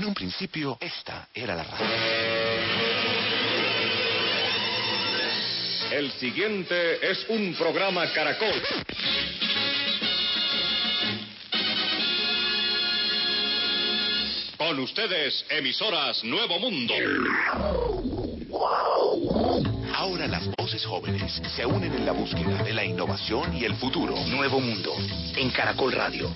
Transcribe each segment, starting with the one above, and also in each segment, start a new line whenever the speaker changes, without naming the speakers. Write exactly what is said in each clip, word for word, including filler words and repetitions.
En un principio, esta era la radio.
El siguiente es un programa Caracol. Con ustedes, emisoras Nuevo Mundo.
Ahora las voces jóvenes se unen en la búsqueda de la innovación y el futuro. Nuevo Mundo, en Caracol Radio.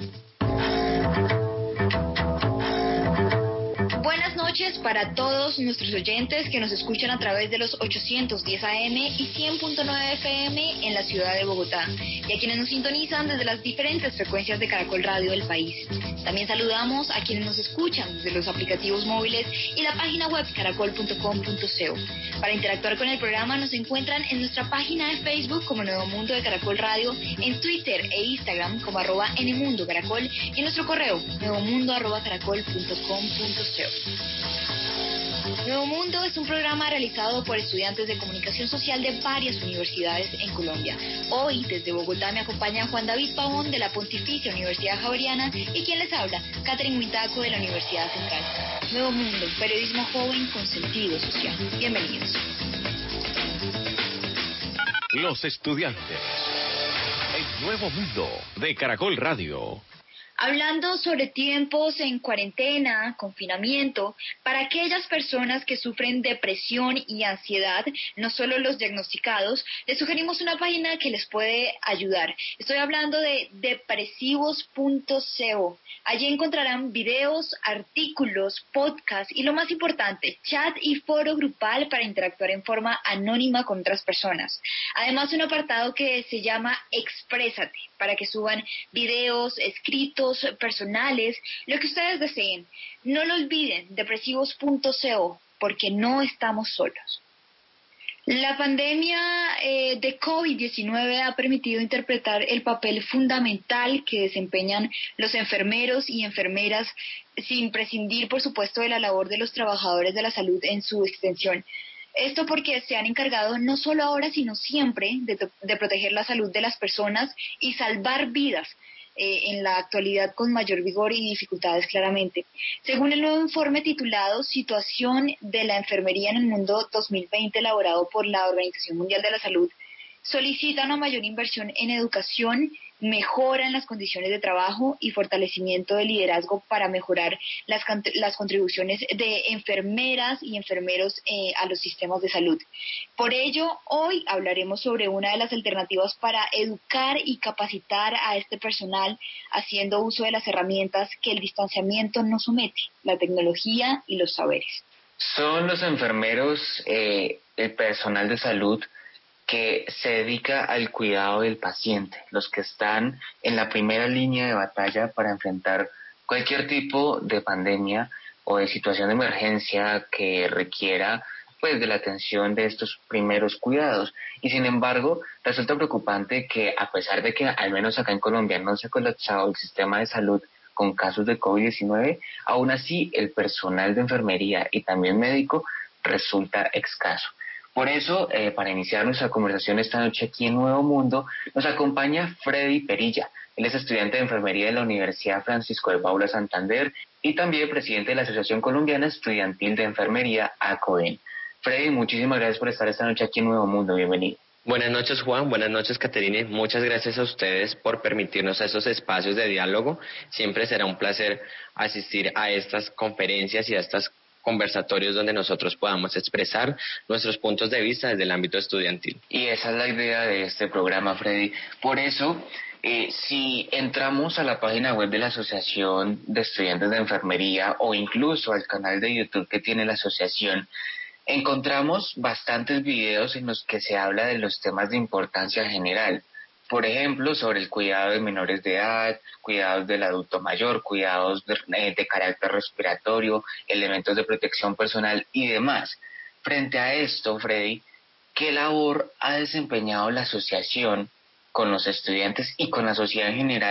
Buenas noches para todos nuestros oyentes que nos escuchan a través de los ochocientos diez A M y cien punto nueve F M en la ciudad de Bogotá, y a quienes nos sintonizan desde las diferentes frecuencias de Caracol Radio del país. También saludamos a quienes nos escuchan desde los aplicativos móviles y la página web caracol punto com punto co. Para interactuar con el programa nos encuentran en nuestra página de Facebook como Nuevo Mundo de Caracol Radio, en Twitter e Instagram como arroba nmundo caracol y en nuestro correo nuevomundo arroba caracol punto com punto co. Nuevo Mundo es un programa realizado por estudiantes de comunicación social de varias universidades en Colombia. Hoy, desde Bogotá, me acompaña Juan David Pavón de la Pontificia Universidad Javeriana y quien les habla, Catherine Huitaco de la Universidad Central. Nuevo Mundo, periodismo joven con sentido social. Bienvenidos.
Los estudiantes. El Nuevo Mundo de Caracol Radio.
Hablando sobre tiempos en cuarentena, confinamiento, para aquellas personas que sufren depresión y ansiedad, no solo los diagnosticados, les sugerimos una página que les puede ayudar. Estoy hablando de depresivos punto co. Allí encontrarán videos, artículos, podcasts y lo más importante, chat y foro grupal para interactuar en forma anónima con otras personas. Además, un apartado que se llama Exprésate, para que suban videos, escritos, personales, lo que ustedes deseen. No lo olviden, depresivos punto co, porque no estamos solos. La pandemia eh, de COVID diecinueve ha permitido interpretar el papel fundamental que desempeñan los enfermeros y enfermeras, sin prescindir, por supuesto, de la labor de los trabajadores de la salud en su extensión. Esto porque se han encargado no solo ahora, sino siempre, de, de proteger la salud de las personas y salvar vidas, eh, en la actualidad con mayor vigor y dificultades claramente. Según el nuevo informe titulado Situación de la Enfermería en el Mundo dos mil veinte, elaborado por la Organización Mundial de la Salud, solicita una mayor inversión en educación, mejora en las condiciones de trabajo y fortalecimiento del liderazgo para mejorar las, las contribuciones de enfermeras y enfermeros eh, a los sistemas de salud. Por ello, hoy hablaremos sobre una de las alternativas para educar y capacitar a este personal haciendo uso de las herramientas que el distanciamiento nos somete, la tecnología y los saberes.
Son los enfermeros, eh, el personal de salud que se dedica al cuidado del paciente, los que están en la primera línea de batalla para enfrentar cualquier tipo de pandemia o de situación de emergencia que requiera pues de la atención de estos primeros cuidados. Y sin embargo, resulta preocupante que a pesar de que al menos acá en Colombia no se ha colapsado el sistema de salud con casos de COVID diecinueve, aún así el personal de enfermería y también médico resulta escaso. Por eso, eh, para iniciar nuestra conversación esta noche aquí en Nuevo Mundo, nos acompaña Freddy Perilla. Él es estudiante de enfermería de la Universidad Francisco de Paula Santander y también presidente de la Asociación Colombiana Estudiantil de Enfermería, ACOEN. Freddy, muchísimas gracias por estar esta noche aquí en Nuevo Mundo. Bienvenido.
Buenas noches, Juan. Buenas noches, Caterine. Muchas gracias a ustedes por permitirnos esos espacios de diálogo. Siempre será un placer asistir a estas conferencias y a estas conversatorios donde nosotros podamos expresar nuestros puntos de vista desde el ámbito estudiantil.
Y esa es la idea de este programa, Freddy. Por eso, eh, si entramos a la página web de la Asociación de Estudiantes de Enfermería o incluso al canal de YouTube que tiene la asociación, encontramos bastantes videos en los que se habla de los temas de importancia general. Por ejemplo, sobre el cuidado de menores de edad, cuidados del adulto mayor, cuidados de, eh, de carácter respiratorio, elementos de protección personal y demás. Frente a esto, Freddy, ¿qué labor ha desempeñado la asociación con los estudiantes y con la sociedad en general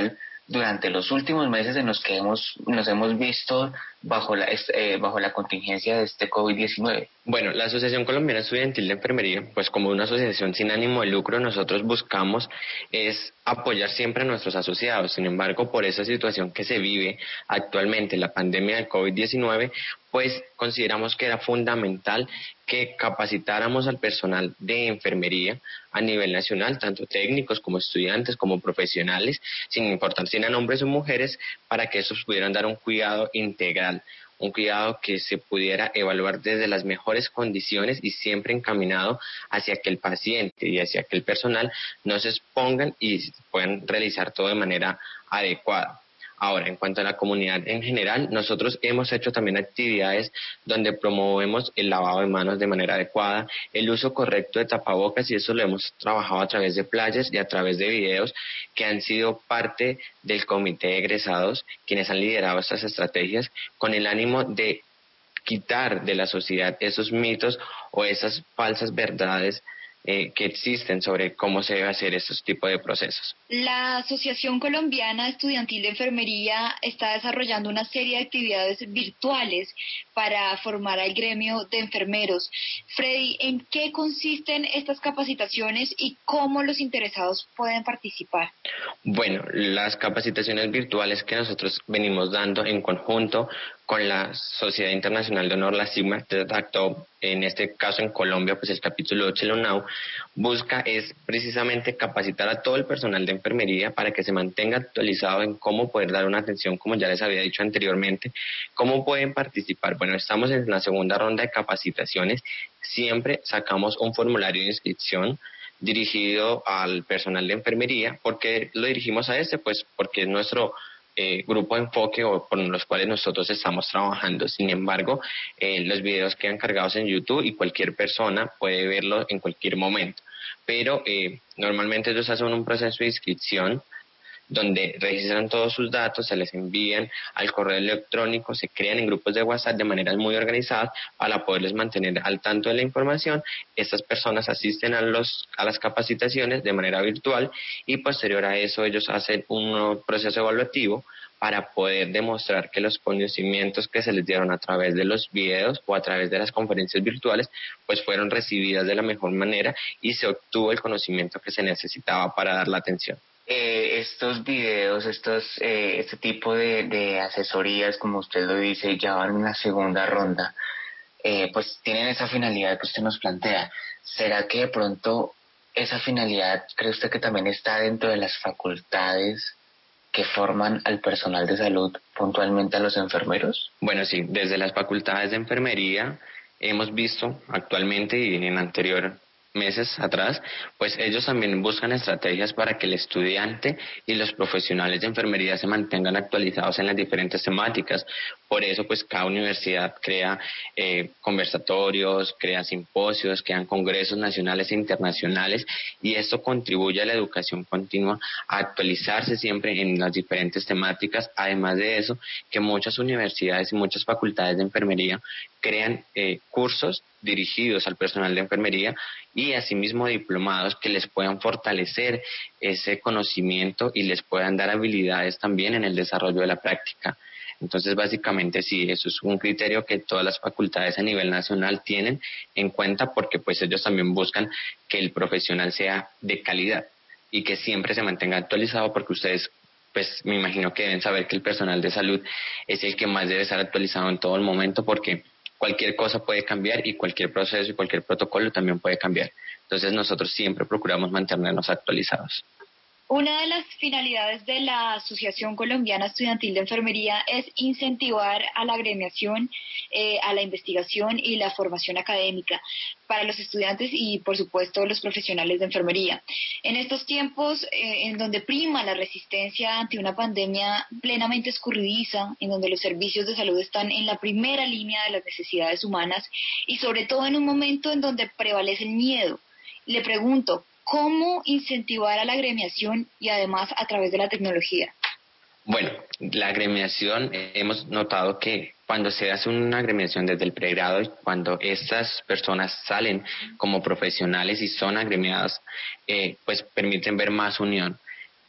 durante los últimos meses en los que hemos nos hemos visto bajo la eh, bajo la contingencia de este COVID diecinueve?
Bueno, la Asociación Colombiana Estudiantil de Enfermería, pues como una asociación sin ánimo de lucro, nosotros buscamos es apoyar siempre a nuestros asociados. Sin embargo, por esa situación que se vive actualmente, la pandemia del COVID diecinueve, pues consideramos que era fundamental que capacitáramos al personal de enfermería a nivel nacional, tanto técnicos como estudiantes, como profesionales, sin importar si eran hombres o mujeres, para que estos pudieran dar un cuidado integral, un cuidado que se pudiera evaluar desde las mejores condiciones y siempre encaminado hacia que el paciente y hacia que el personal no se expongan y puedan realizar todo de manera adecuada. Ahora, en cuanto a la comunidad en general, nosotros hemos hecho también actividades donde promovemos el lavado de manos de manera adecuada, el uso correcto de tapabocas, y eso lo hemos trabajado a través de playas y a través de videos que han sido parte del comité de egresados, quienes han liderado estas estrategias con el ánimo de quitar de la sociedad esos mitos o esas falsas verdades Eh, que existen sobre cómo se debe hacer estos tipos de procesos.
La Asociación Colombiana Estudiantil de Enfermería está desarrollando una serie de actividades virtuales para formar al gremio de enfermeros. Freddy, ¿en qué consisten estas capacitaciones y cómo los interesados pueden participar?
Bueno, las capacitaciones virtuales que nosotros venimos dando en conjunto con la Sociedad Internacional de Honor, la SIGMA, que redactó en este caso en Colombia, pues el capítulo ocho de la UNAU, busca es precisamente capacitar a todo el personal de enfermería para que se mantenga actualizado en cómo poder dar una atención, como ya les había dicho anteriormente, cómo pueden participar. Bueno, estamos en la segunda ronda de capacitaciones, siempre sacamos un formulario de inscripción dirigido al personal de enfermería. ¿Por qué lo dirigimos a este? Pues porque es nuestro Eh, grupo de enfoque o por los cuales nosotros estamos trabajando. Sin embargo, eh, los videos quedan cargados en YouTube y cualquier persona puede verlo en cualquier momento. Pero eh, normalmente ellos hacen un proceso de inscripción donde registran todos sus datos, se les envían al correo electrónico, se crean en grupos de WhatsApp de maneras muy organizadas para poderles mantener al tanto de la información. Estas personas asisten a los a las capacitaciones de manera virtual y posterior a eso ellos hacen un proceso evaluativo para poder demostrar que los conocimientos que se les dieron a través de los videos o a través de las conferencias virtuales pues fueron recibidas de la mejor manera y se obtuvo el conocimiento que se necesitaba para dar la atención.
Eh, estos videos, estos, eh, este tipo de, de asesorías, como usted lo dice, ya van en una segunda ronda, eh, pues tienen esa finalidad que usted nos plantea. ¿Será que de pronto esa finalidad, cree usted que también está dentro de las facultades que forman al personal de salud, puntualmente a los enfermeros?
Bueno, sí, desde las facultades de enfermería hemos visto actualmente y en anterior meses atrás, pues ellos también buscan estrategias para que el estudiante y los profesionales de enfermería se mantengan actualizados en las diferentes temáticas. Por eso, pues cada universidad crea eh, conversatorios, crea simposios, crean congresos nacionales e internacionales, y esto contribuye a la educación continua, a actualizarse siempre en las diferentes temáticas. Además de eso, que muchas universidades y muchas facultades de enfermería crean eh, cursos dirigidos al personal de enfermería y asimismo diplomados que les puedan fortalecer ese conocimiento y les puedan dar habilidades también en el desarrollo de la práctica. Entonces, básicamente sí, eso es un criterio que todas las facultades a nivel nacional tienen en cuenta, porque pues ellos también buscan que el profesional sea de calidad y que siempre se mantenga actualizado, porque ustedes pues me imagino que deben saber que el personal de salud es el que más debe estar actualizado en todo el momento, porque cualquier cosa puede cambiar y cualquier proceso y cualquier protocolo también puede cambiar. Entonces nosotros siempre procuramos mantenernos actualizados.
Una de las finalidades de la Asociación Colombiana Estudiantil de Enfermería es incentivar a la agremiación, eh, a la investigación y la formación académica para los estudiantes y, por supuesto, los profesionales de enfermería. En estos tiempos eh, en donde prima la resistencia ante una pandemia plenamente escurridiza, en donde los servicios de salud están en la primera línea de las necesidades humanas y sobre todo en un momento en donde prevalece el miedo, le pregunto, ¿cómo incentivar a la agremiación y además a través de la tecnología?
Bueno, la agremiación, eh, hemos notado que cuando se hace una agremiación desde el pregrado y cuando estas personas salen como profesionales y son agremiadas, eh, pues permiten ver más unión.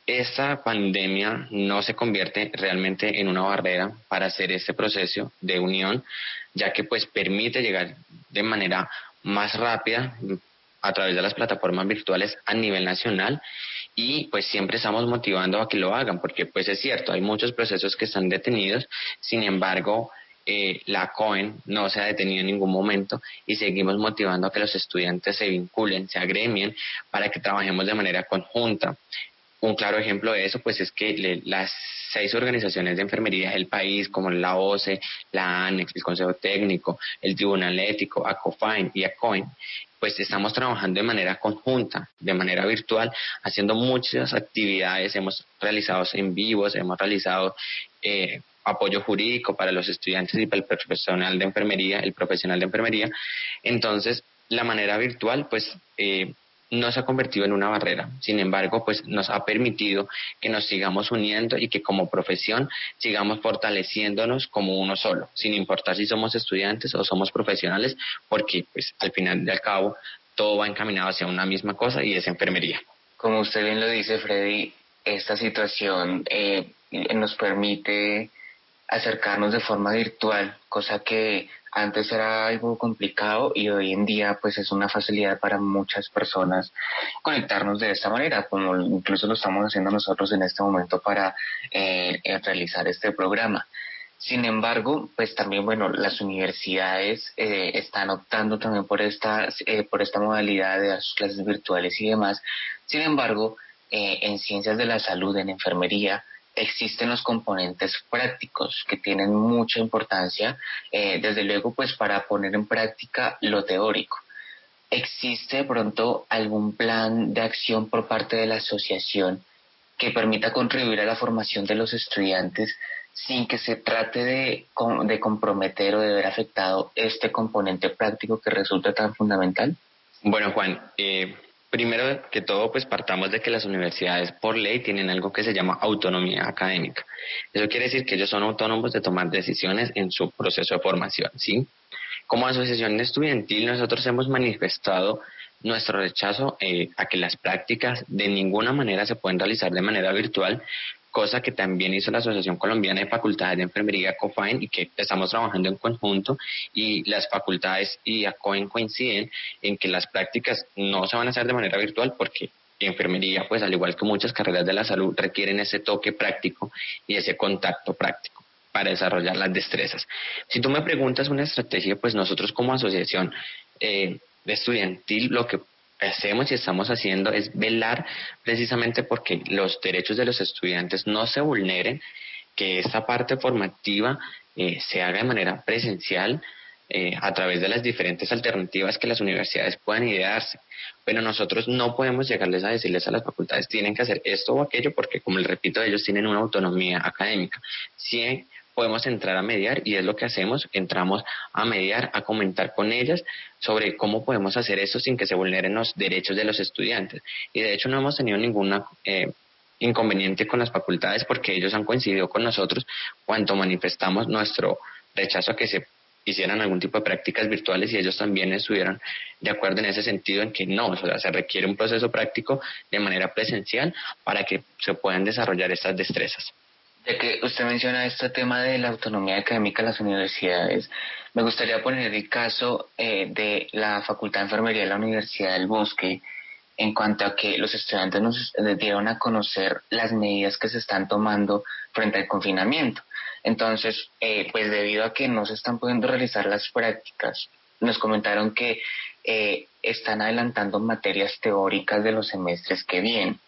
esta pandemia no se convierte realmente en una barrera para hacer este proceso de unión, ya que pues permite llegar de manera más rápida a través de las plataformas virtuales a nivel nacional, y pues siempre estamos motivando a que lo hagan, porque pues es cierto, hay muchos procesos que están detenidos. Sin embargo, eh, la COEN no se ha detenido en ningún momento y seguimos motivando a que los estudiantes se vinculen, se agremien para que trabajemos de manera conjunta. Un claro ejemplo de eso pues es que le, las seis organizaciones de enfermería del país, como la O C E, la ANEX, el Consejo Técnico, el Tribunal Ético, ACOFAIN y ACOEN, pues estamos trabajando de manera conjunta, de manera virtual, haciendo muchas actividades. Hemos realizado en vivos, hemos realizado eh, apoyo jurídico para los estudiantes y para el profesional de enfermería, el profesional de enfermería. Entonces, la manera virtual, pues, eh, no se ha convertido en una barrera. Sin embargo, pues nos ha permitido que nos sigamos uniendo y que como profesión sigamos fortaleciéndonos como uno solo, sin importar si somos estudiantes o somos profesionales, porque pues al final y al cabo todo va encaminado hacia una misma cosa, y es enfermería.
Como usted bien lo dice, Freddy, esta situación eh, nos permite acercarnos de forma virtual, cosa que antes era algo complicado y hoy en día pues es una facilidad para muchas personas conectarnos de esta manera, como incluso lo estamos haciendo nosotros en este momento para eh, eh, realizar este programa. Sin embargo, pues también, bueno, las universidades eh, están optando también por esta, eh, por esta modalidad de dar sus clases virtuales y demás. Sin embargo, eh, en ciencias de la salud, en enfermería, existen los componentes prácticos que tienen mucha importancia, eh, desde luego pues para poner en práctica lo teórico. ¿Existe de pronto algún plan de acción por parte de la asociación que permita contribuir a la formación de los estudiantes sin que se trate de, de comprometer o de ver afectado este componente práctico que resulta tan fundamental?
Bueno, Juan, eh... primero que todo, pues partamos de que las universidades por ley tienen algo que se llama autonomía académica. Eso quiere decir que ellos son autónomos de tomar decisiones en su proceso de formación, ¿sí? Como asociación estudiantil, nosotros hemos manifestado nuestro rechazo eh, a que las prácticas de ninguna manera se pueden realizar de manera virtual, cosa que también hizo la Asociación Colombiana de Facultades de Enfermería, ACOFAIN, y que estamos trabajando en conjunto, y las facultades y ACOEN coinciden en que las prácticas no se van a hacer de manera virtual, porque enfermería, pues al igual que muchas carreras de la salud, requieren ese toque práctico y ese contacto práctico para desarrollar las destrezas. Si tú me preguntas una estrategia, pues nosotros como asociación eh, estudiantil lo que hacemos y estamos haciendo es velar precisamente porque los derechos de los estudiantes no se vulneren, que esta parte formativa eh, se haga de manera presencial eh, a través de las diferentes alternativas que las universidades puedan idearse. Pero nosotros no podemos llegarles a decirles a las facultades tienen que hacer esto o aquello, porque como les repito, ellos tienen una autonomía académica. Sí podemos entrar a mediar, y es lo que hacemos, entramos a mediar, a comentar con ellas sobre cómo podemos hacer esto sin que se vulneren los derechos de los estudiantes. Y de hecho no hemos tenido ninguna eh, inconveniente con las facultades, porque ellos han coincidido con nosotros cuando manifestamos nuestro rechazo a que se hicieran algún tipo de prácticas virtuales, y ellos también estuvieron de acuerdo en ese sentido, en que no, o sea, se requiere un proceso práctico de manera presencial para que se puedan desarrollar estas destrezas.
Ya que usted menciona este tema de la autonomía académica de las universidades, me gustaría poner el caso eh, de la Facultad de Enfermería de la Universidad del Bosque, en cuanto a que los estudiantes nos dieron a conocer las medidas que se están tomando frente al confinamiento. Entonces, eh, pues debido a que no se están pudiendo realizar las prácticas, nos comentaron que eh, están adelantando materias teóricas de los semestres que vienen.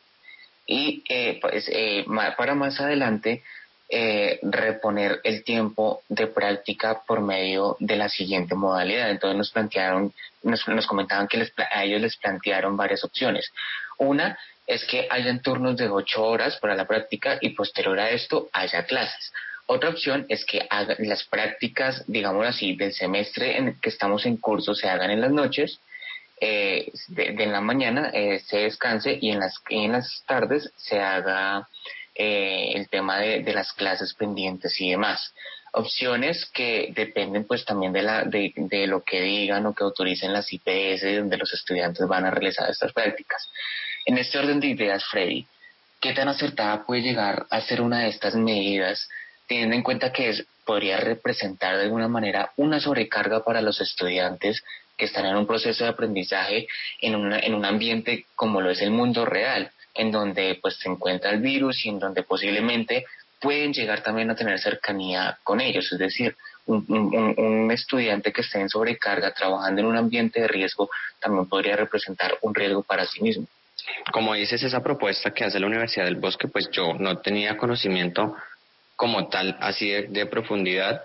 Y eh, pues eh, para más adelante eh, reponer el tiempo de práctica por medio de la siguiente modalidad. Entonces nos plantearon, nos, nos comentaban que les, a ellos les plantearon varias opciones. Una es que hayan turnos de ocho horas para la práctica y posterior a esto haya clases. Otra opción es que hagan las prácticas, digamos así, del semestre en el que estamos en curso se hagan en las noches. Eh, de, de en la mañana eh, se descanse y en las, en las tardes se haga eh, el tema de, de las clases pendientes y demás. Opciones que dependen pues también de, la, de, de lo que digan o que autoricen las I P S donde los estudiantes van a realizar estas prácticas. En este orden de ideas, Freddy, ¿qué tan acertada puede llegar a ser una de estas medidas, teniendo en cuenta que es, podría representar de alguna manera una sobrecarga para los estudiantes que están en un proceso de aprendizaje en, una, en un ambiente como lo es el mundo real, en donde pues se encuentra el virus y en donde posiblemente pueden llegar también a tener cercanía con ellos? Es decir, un, un, un estudiante que esté en sobrecarga trabajando en un ambiente de riesgo también podría representar un riesgo para sí mismo.
Como dices, esa propuesta que hace la Universidad del Bosque, pues yo no tenía conocimiento como tal, así de, de profundidad.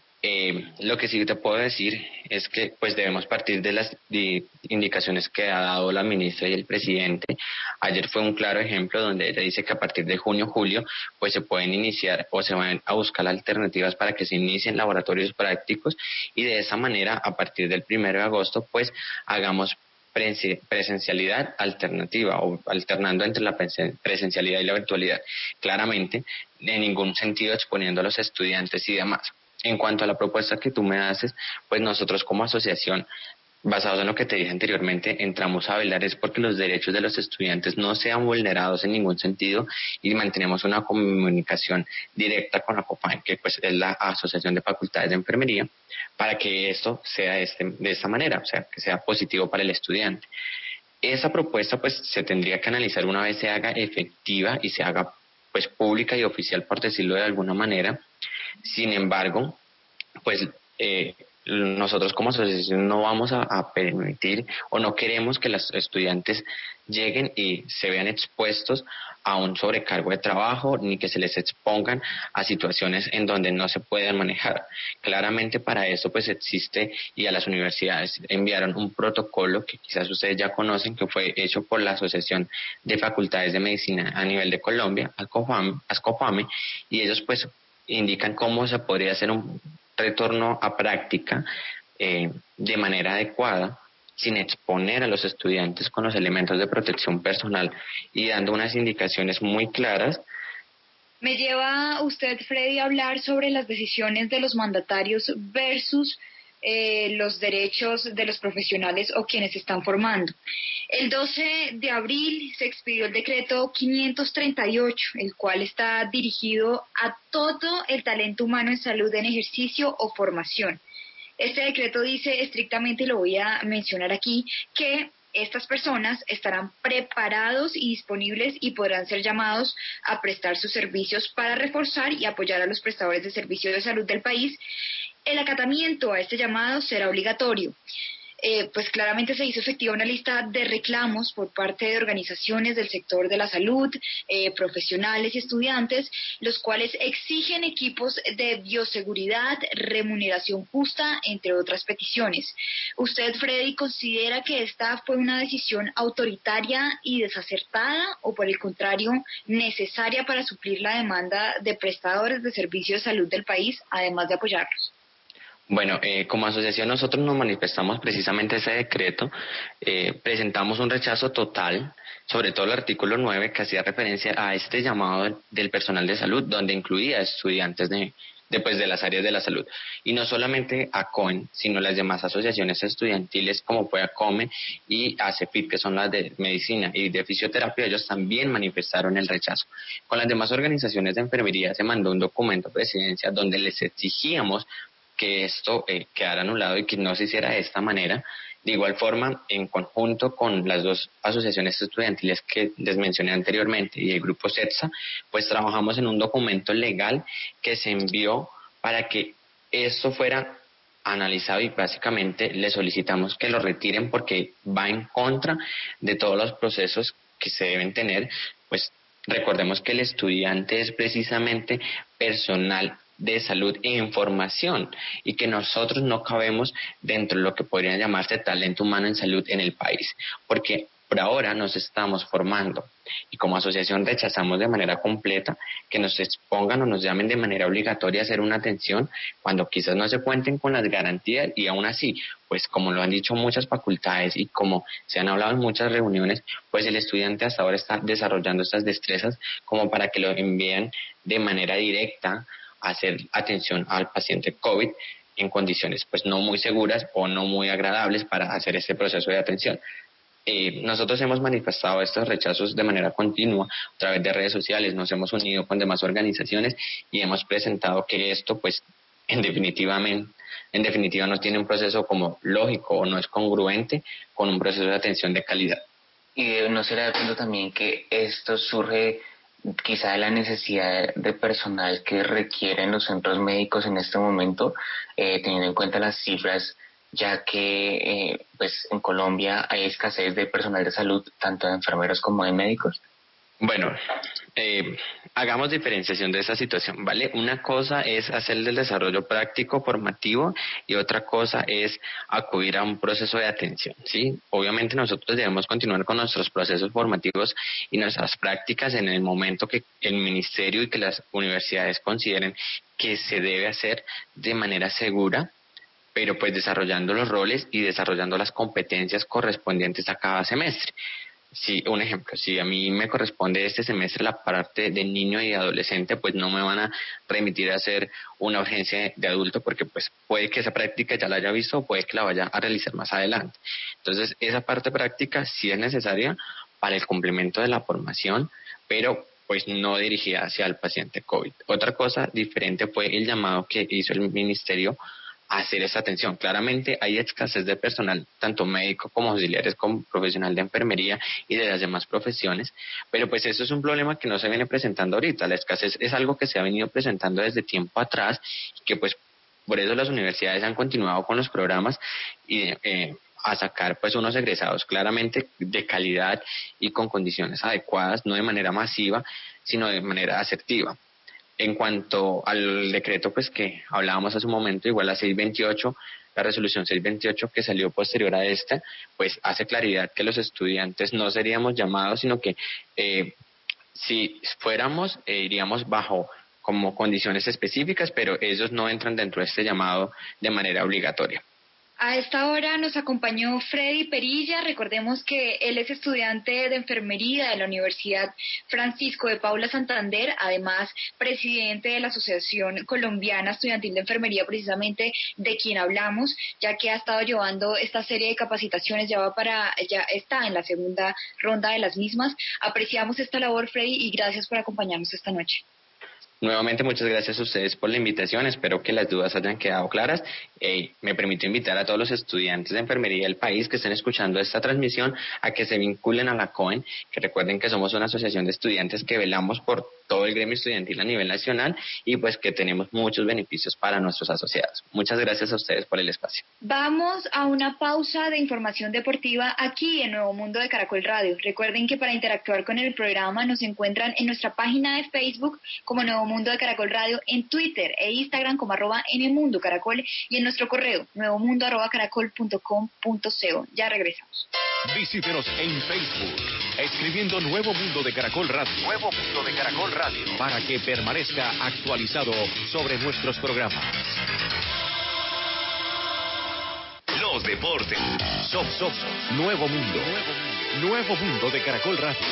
Eh, lo que sí te puedo decir es que pues debemos partir de las de indicaciones que ha dado la ministra y el presidente. Ayer fue un claro ejemplo donde ella dice que a partir de junio julio pues se pueden iniciar o se van a buscar alternativas para que se inicien laboratorios prácticos, y de esa manera a partir del primero de agosto pues hagamos presencialidad alternativa o alternando entre la presencialidad y la virtualidad, claramente en ningún sentido exponiendo a los estudiantes y demás. En cuanto a la propuesta que tú me haces, pues nosotros como asociación, basados en lo que te dije anteriormente, entramos a velar es porque los derechos de los estudiantes no sean vulnerados en ningún sentido, y mantenemos una comunicación directa con la COFAEN, que pues es la Asociación de Facultades de Enfermería, para que esto sea este, de esta manera, o sea, que sea positivo para el estudiante. Esa propuesta pues se tendría que analizar una vez se haga efectiva y se haga pues pública y oficial, por decirlo de alguna manera. Sin embargo, pues eh, nosotros como asociación no vamos a, a permitir o no queremos que los estudiantes lleguen y se vean expuestos a un sobrecargo de trabajo, ni que se les expongan a situaciones en donde no se puedan manejar. Claramente para eso pues existe, y a las universidades enviaron un protocolo que quizás ustedes ya conocen, que fue hecho por la Asociación de Facultades de Medicina a nivel de Colombia, ASCOFAME, y ellos pues indican cómo se podría hacer un retorno a práctica eh, de manera adecuada, sin exponer a los estudiantes con los elementos de protección personal y dando unas indicaciones muy claras.
Me lleva usted, Freddy, a hablar sobre las decisiones de los mandatarios versus eh, los derechos de los profesionales o quienes se están formando. El doce de abril se expidió el decreto quinientos treinta y ocho, el cual está dirigido a todo el talento humano en salud en ejercicio o formación. Este decreto dice estrictamente, y lo voy a mencionar aquí, que estas personas estarán preparados y disponibles y podrán ser llamados a prestar sus servicios para reforzar y apoyar a los prestadores de servicios de salud del país. El acatamiento a este llamado será obligatorio. Eh, pues claramente se hizo efectiva una lista de reclamos por parte de organizaciones del sector de la salud, eh, profesionales y estudiantes, los cuales exigen equipos de bioseguridad, remuneración justa, entre otras peticiones. ¿Usted, Freddy, considera que esta fue una decisión autoritaria y desacertada, o por el contrario, necesaria para suplir la demanda de prestadores de servicios de salud del país, además de apoyarlos?
Bueno, eh, como asociación nosotros nos manifestamos precisamente ese decreto, eh, presentamos un rechazo total, sobre todo el artículo nueve, que hacía referencia a este llamado del personal de salud, donde incluía estudiantes de, de, pues, de las áreas de la salud. Y no solamente a COEN, sino las demás asociaciones estudiantiles como fue ACOME y ACEFIT, que son las de medicina y de fisioterapia, ellos también manifestaron el rechazo. Con las demás organizaciones de enfermería se mandó un documento a presidencia donde les exigíamos que esto eh, quedara anulado y que no se hiciera de esta manera. De igual forma, en conjunto con las dos asociaciones estudiantiles que les mencioné anteriormente y el grupo CETSA, pues trabajamos en un documento legal que se envió para que esto fuera analizado, y básicamente le solicitamos que lo retiren porque va en contra de todos los procesos que se deben tener. Pues recordemos que el estudiante es precisamente personal de salud e información, y que nosotros no cabemos dentro de lo que podría llamarse talento humano en salud en el país, porque por ahora nos estamos formando, y como asociación rechazamos de manera completa que nos expongan o nos llamen de manera obligatoria a hacer una atención cuando quizás no se cuenten con las garantías, y aún así, pues como lo han dicho muchas facultades y como se han hablado en muchas reuniones, pues el estudiante hasta ahora está desarrollando estas destrezas como para que lo envíen de manera directa hacer atención al paciente COVID en condiciones pues no muy seguras o no muy agradables para hacer este proceso de atención. Eh, nosotros hemos manifestado estos rechazos de manera continua a través de redes sociales, nos hemos unido con demás organizaciones y hemos presentado que esto pues en definitivamente, en definitiva no tiene un proceso como lógico o no es congruente con un proceso de atención de calidad.
Y no será de pronto también que esto surge quizá de la necesidad de personal que requieren los centros médicos en este momento, eh, teniendo en cuenta las cifras, ya que eh, pues en Colombia hay escasez de personal de salud, tanto de enfermeros como de médicos.
Bueno, eh, hagamos diferenciación de esa situación, ¿vale? Una cosa es hacer el desarrollo práctico formativo y otra cosa es acudir a un proceso de atención, ¿sí? Obviamente nosotros debemos continuar con nuestros procesos formativos y nuestras prácticas en el momento que el ministerio y que las universidades consideren que se debe hacer de manera segura, pero pues desarrollando los roles y desarrollando las competencias correspondientes a cada semestre. Sí, un ejemplo, si a mí me corresponde este semestre la parte de niño y adolescente, pues no me van a remitir a hacer una urgencia de adulto porque pues puede que esa práctica ya la haya visto o puede que la vaya a realizar más adelante. Entonces, esa parte práctica sí es necesaria para el complemento de la formación, pero pues no dirigida hacia el paciente COVID. Otra cosa diferente fue el llamado que hizo el ministerio hacer esa atención. Claramente hay escasez de personal, tanto médico como auxiliares, como profesional de enfermería y de las demás profesiones, pero pues eso es un problema que no se viene presentando ahorita. La escasez es algo que se ha venido presentando desde tiempo atrás y que pues por eso las universidades han continuado con los programas y eh, a sacar pues unos egresados claramente de calidad y con condiciones adecuadas, no de manera masiva, sino de manera asertiva. En cuanto al decreto pues que hablábamos hace un momento, igual a seiscientos veintiocho, la resolución seiscientos veintiocho que salió posterior a esta, pues hace claridad que los estudiantes no seríamos llamados, sino que eh, si fuéramos, eh, iríamos bajo como condiciones específicas, pero ellos no entran dentro de este llamado de manera obligatoria.
A esta hora nos acompañó Freddy Perilla. Recordemos que él es estudiante de enfermería de la Universidad Francisco de Paula Santander, además presidente de la Asociación Colombiana Estudiantil de Enfermería, precisamente de quien hablamos, ya que ha estado llevando esta serie de capacitaciones, ya va para, ya está en la segunda ronda de las mismas. Apreciamos esta labor, Freddy, y gracias por acompañarnos esta noche.
Nuevamente, muchas gracias a ustedes por la invitación. Espero que las dudas hayan quedado claras. Eh, me permito invitar a todos los estudiantes de enfermería del país que estén escuchando esta transmisión a que se vinculen a la COEN, que recuerden que somos una asociación de estudiantes que velamos por todo el gremio estudiantil a nivel nacional y pues que tenemos muchos beneficios para nuestros asociados. Muchas gracias a ustedes por el espacio.
Vamos a una pausa de información deportiva aquí en Nuevo Mundo de Caracol Radio. Recuerden que para interactuar con el programa nos encuentran en nuestra página de Facebook como Nuevo Mundo de Caracol Radio, en Twitter e Instagram como arroba Nmundo Caracol y en nuestro correo nuevomundo arroba caracol punto com punto co. Ya regresamos.
Visítenos en Facebook, escribiendo Nuevo Mundo de Caracol Radio. Nuevo Mundo de Caracol Radio. Para que permanezca actualizado sobre nuestros programas. Los deportes. Sof, sof, Nuevo Mundo. Nuevo Mundo de Caracol Radio.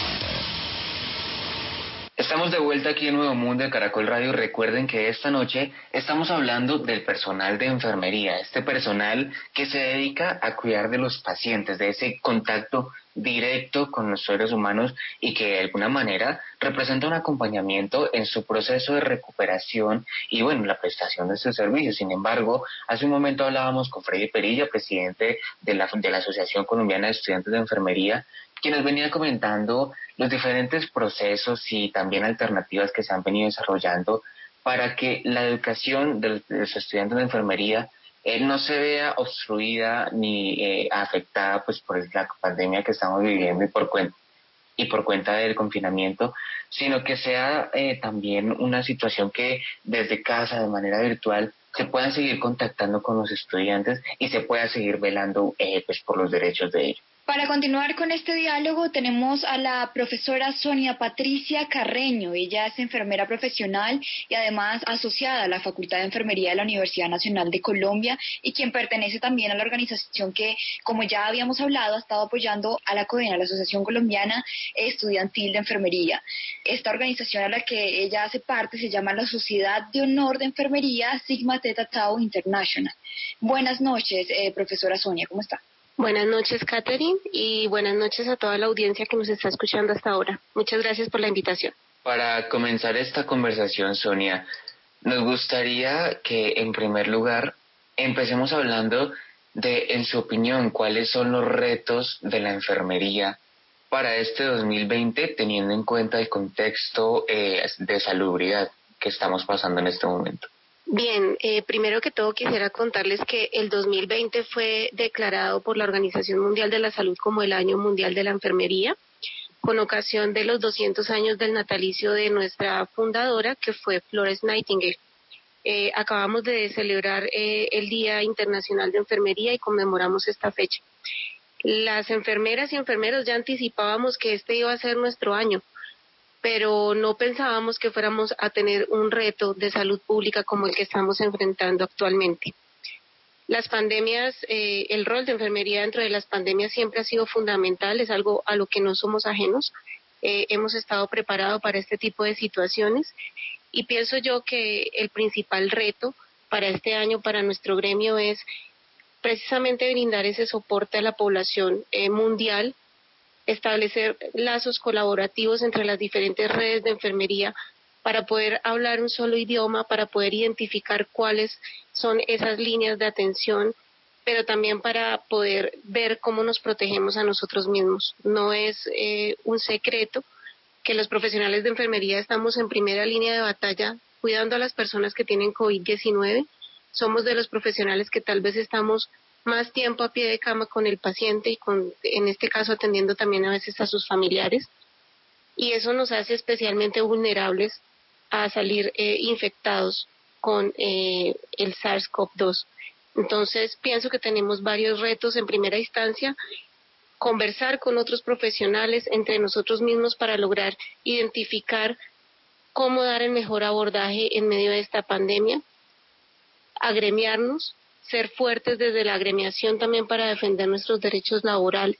Estamos de vuelta aquí en Nuevo Mundo de Caracol Radio. Recuerden que esta noche estamos hablando del personal de enfermería, este personal que se dedica a cuidar de los pacientes, de ese contacto directo con los seres humanos y que de alguna manera representa un acompañamiento en su proceso de recuperación y bueno, la prestación de sus servicios. Sin embargo, hace un momento hablábamos con Freddy Perilla, presidente de la, de la Asociación Colombiana de Estudiantes de Enfermería, quien nos venía comentando los diferentes procesos y también alternativas que se han venido desarrollando para que la educación de los estudiantes de enfermería eh, no se vea obstruida ni eh, afectada pues por la pandemia que estamos viviendo y por cuenta y por cuenta del confinamiento, sino que sea eh, también una situación que desde casa, de manera virtual, se puedan seguir contactando con los estudiantes y se pueda seguir velando eh, pues por los derechos de ellos.
Para continuar con este diálogo tenemos a la profesora Sonia Patricia Carreño. Ella es enfermera profesional y además asociada a la Facultad de Enfermería de la Universidad Nacional de Colombia y quien pertenece también a la organización que, como ya habíamos hablado, ha estado apoyando a la CODENA, la Asociación Colombiana Estudiantil de Enfermería. Esta organización a la que ella hace parte se llama la Sociedad de Honor de Enfermería Sigma Theta Tau International. Buenas noches, eh, profesora Sonia, ¿cómo está?
Buenas noches, Catherine, y buenas noches a toda la audiencia que nos está escuchando hasta ahora. Muchas gracias por la invitación.
Para comenzar esta conversación, Sonia, nos gustaría que, en primer lugar, empecemos hablando de, en su opinión, cuáles son los retos de la enfermería para este dos mil veinte, teniendo en cuenta el contexto eh, de salubridad que estamos pasando en este momento.
Bien, eh, primero que todo quisiera contarles que el dos mil veinte fue declarado por la Organización Mundial de la Salud como el Año Mundial de la Enfermería, con ocasión de los doscientos años del natalicio de nuestra fundadora, que fue Florence Nightingale. Eh, acabamos de celebrar eh, el Día Internacional de Enfermería y conmemoramos esta fecha. Las enfermeras y enfermeros ya anticipábamos que este iba a ser nuestro año, pero no pensábamos que fuéramos a tener un reto de salud pública como el que estamos enfrentando actualmente. Las pandemias, eh, el rol de enfermería dentro de las pandemias siempre ha sido fundamental, es algo a lo que no somos ajenos. Eh, hemos estado preparados para este tipo de situaciones y pienso yo que el principal reto para este año, para nuestro gremio, es precisamente brindar ese soporte a la población eh, mundial, establecer lazos colaborativos entre las diferentes redes de enfermería para poder hablar un solo idioma, para poder identificar cuáles son esas líneas de atención, pero también para poder ver cómo nos protegemos a nosotros mismos. No es eh, un secreto que los profesionales de enfermería estamos en primera línea de batalla cuidando a las personas que tienen COVID diecinueve. Somos de los profesionales que tal vez estamos más tiempo a pie de cama con el paciente y con, en este caso, atendiendo también a veces a sus familiares. Y eso nos hace especialmente vulnerables a salir eh, infectados con eh, el SARS CoV dos. Entonces, pienso que tenemos varios retos en primera instancia, conversar con otros profesionales entre nosotros mismos para lograr identificar cómo dar el mejor abordaje en medio de esta pandemia, agremiarnos, ser fuertes desde la agremiación también para defender nuestros derechos laborales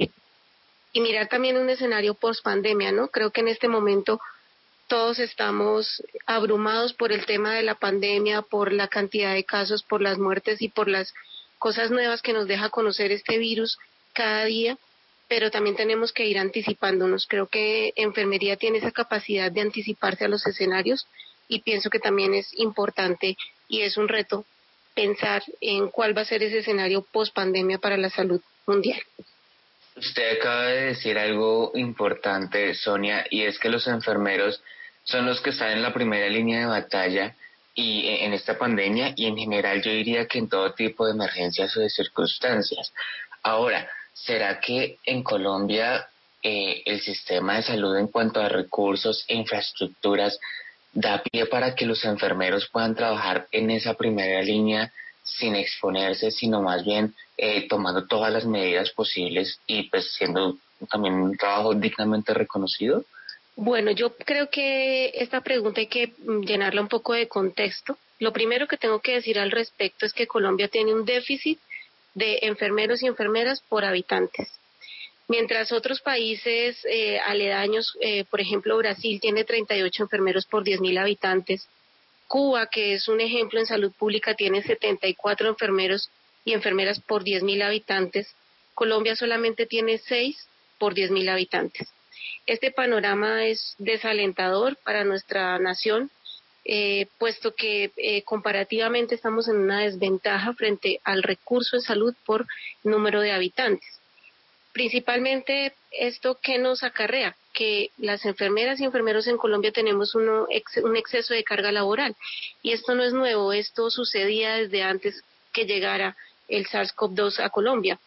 y mirar también un escenario post pandemia, ¿no? Creo que en este momento todos estamos abrumados por el tema de la pandemia, por la cantidad de casos, por las muertes y por las cosas nuevas que nos deja conocer este virus cada día, pero también tenemos que ir anticipándonos. Creo que enfermería tiene esa capacidad de anticiparse a los escenarios y pienso que también es importante y es un reto pensar en cuál va a ser ese escenario post pandemia para la salud mundial.
Usted acaba de decir algo importante, Sonia, y es que los enfermeros son los que están en la primera línea de batalla y en esta pandemia y en general yo diría que en todo tipo de emergencias o de circunstancias. Ahora, ¿será que en Colombia eh, el sistema de salud en cuanto a recursos e infraestructuras da pie para que los enfermeros puedan trabajar en esa primera línea sin exponerse, sino más bien eh, tomando todas las medidas posibles y pues siendo también un trabajo dignamente reconocido?
Bueno, yo creo que esta pregunta hay que llenarla un poco de contexto. Lo primero que tengo que decir al respecto es que Colombia tiene un déficit de enfermeros y enfermeras por habitantes. Mientras otros países eh, aledaños, eh, por ejemplo Brasil tiene treinta y ocho enfermeros por diez mil habitantes, Cuba, que es un ejemplo en salud pública, tiene setenta y cuatro enfermeros y enfermeras por diez mil habitantes, Colombia solamente tiene seis por diez mil habitantes. Este panorama es desalentador para nuestra nación, eh, puesto que eh, comparativamente estamos en una desventaja frente al recurso en salud por número de habitantes. Principalmente esto que nos acarrea, que las enfermeras y enfermeros en Colombia tenemos uno, ex, un exceso de carga laboral y esto no es nuevo, esto sucedía desde antes que llegara el SARS CoV dos a Colombia.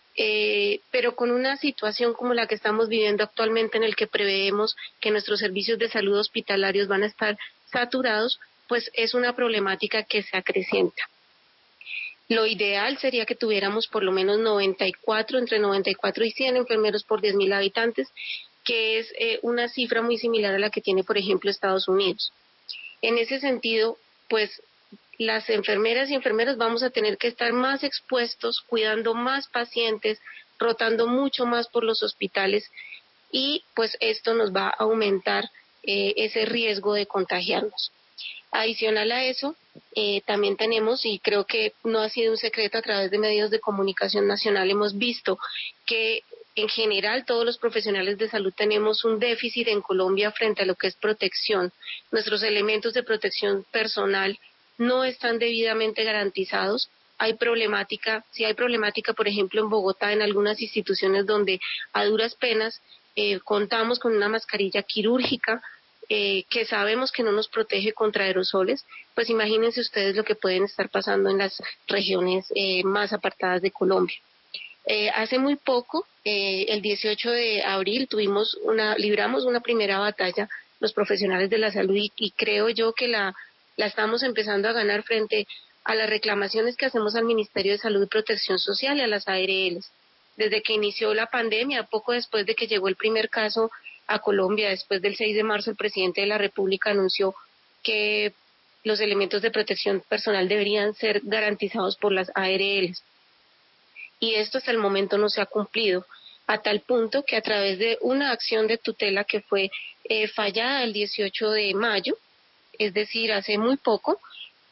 Eh, pero con una situación como la que estamos viviendo actualmente en el que preveemos que nuestros servicios de salud hospitalarios van a estar saturados, pues es una problemática que se acrecienta. Lo ideal sería que tuviéramos por lo menos noventa y cuatro, entre noventa y cuatro y cien enfermeros por diez mil habitantes, que es eh, una cifra muy similar a la que tiene, por ejemplo, Estados Unidos. En ese sentido, pues las enfermeras y enfermeros vamos a tener que estar más expuestos, cuidando más pacientes, rotando mucho más por los hospitales y pues esto nos va a aumentar eh, ese riesgo de contagiarnos. Adicional a eso, Eh, también tenemos, y creo que no ha sido un secreto, a través de medios de comunicación nacional hemos visto que en general todos los profesionales de salud tenemos un déficit en Colombia frente a lo que es protección. Nuestros elementos de protección personal no están debidamente garantizados. Hay problemática, sí hay problemática, por ejemplo, en Bogotá, en algunas instituciones donde a duras penas eh, contamos con una mascarilla quirúrgica, Eh, que sabemos que no nos protege contra aerosoles. Pues imagínense ustedes lo que pueden estar pasando en las regiones eh, más apartadas de Colombia. Eh, hace muy poco, eh, el dieciocho de abril, tuvimos una, libramos una primera batalla los profesionales de la salud y, y creo yo que la, la estamos empezando a ganar frente a las reclamaciones que hacemos al Ministerio de Salud y Protección Social y a las A R Ls. Desde que inició la pandemia, poco después de que llegó el primer caso a Colombia, después del seis de marzo, el presidente de la República anunció que los elementos de protección personal deberían ser garantizados por las A R Ls. Y esto hasta el momento no se ha cumplido, a tal punto que a través de una acción de tutela que fue eh, fallada el dieciocho de mayo, es decir, hace muy poco,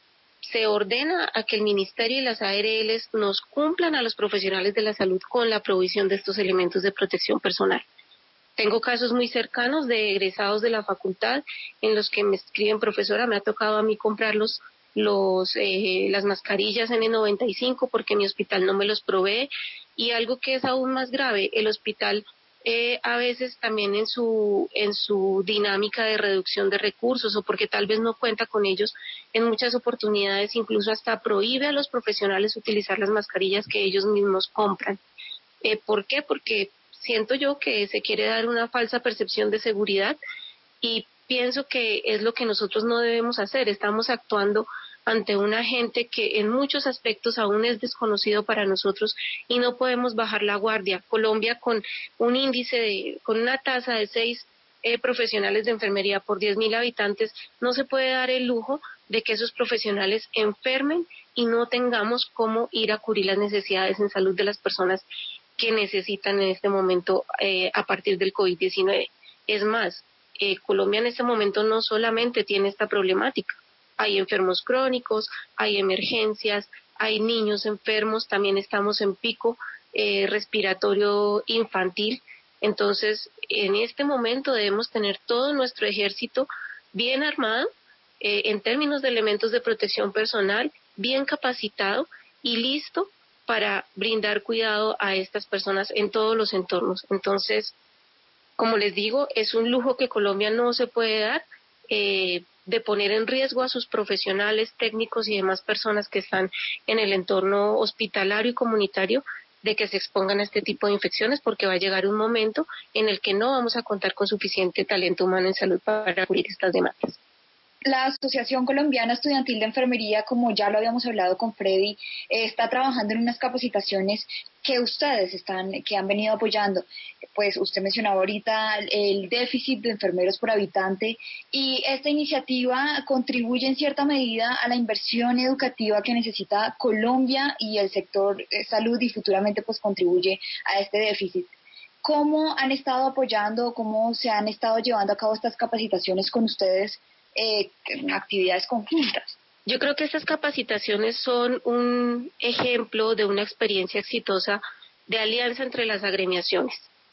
se ordena a que el Ministerio y las A R Ls nos cumplan a los profesionales de la salud con la provisión de estos elementos de protección personal. Tengo casos muy cercanos de egresados de la facultad en los que me escriben: profesora, me ha tocado a mí comprar los, los, eh, las mascarillas N noventa y cinco porque mi hospital no me los provee. Y algo que es aún más grave, el hospital eh, a veces también en su, en su dinámica de reducción de recursos o porque tal vez no cuenta con ellos, en muchas oportunidades incluso hasta prohíbe a los profesionales utilizar las mascarillas que ellos mismos compran. Eh, ¿Por qué? Porque siento yo que se quiere dar una falsa percepción de seguridad y pienso que es lo que nosotros no debemos hacer. Estamos actuando ante un agente que en muchos aspectos aún es desconocido para nosotros y no podemos bajar la guardia. Colombia, con un índice, de, con una tasa de seis eh, profesionales de enfermería por diez mil habitantes, no se puede dar el lujo de que esos profesionales enfermen y no tengamos cómo ir a cubrir las necesidades en salud de las personas que necesitan en este momento eh, a partir del COVID diecinueve. Es más, eh, Colombia en este momento no solamente tiene esta problemática, hay enfermos crónicos, hay emergencias, hay niños enfermos, también estamos en pico eh, respiratorio infantil. Entonces, en este momento debemos tener todo nuestro ejército bien armado, eh, en términos de elementos de protección personal, bien capacitado y listo para brindar cuidado a estas personas en todos los entornos. Entonces, como les digo, es un lujo que Colombia no se puede dar, eh, de poner en riesgo a sus profesionales, técnicos y demás personas que están en el entorno hospitalario y comunitario, de que se expongan a este tipo de infecciones, porque va a llegar un momento en el que no vamos a contar con suficiente talento humano en salud para cubrir estas demandas.
La Asociación Colombiana Estudiantil de Enfermería, como ya lo habíamos hablado con Freddy, eh, está trabajando en unas capacitaciones que ustedes están, que han venido apoyando. Pues usted mencionaba ahorita el déficit de enfermeros por habitante y esta iniciativa contribuye en cierta medida a la inversión educativa que necesita Colombia y el sector eh, salud y futuramente pues contribuye a este déficit. ¿Cómo han estado apoyando, cómo se han estado llevando a cabo estas capacitaciones con ustedes? Eh, actividades conjuntas.
Yo creo que estas capacitaciones son un ejemplo de una experiencia exitosa de alianza entre las agremiaciones.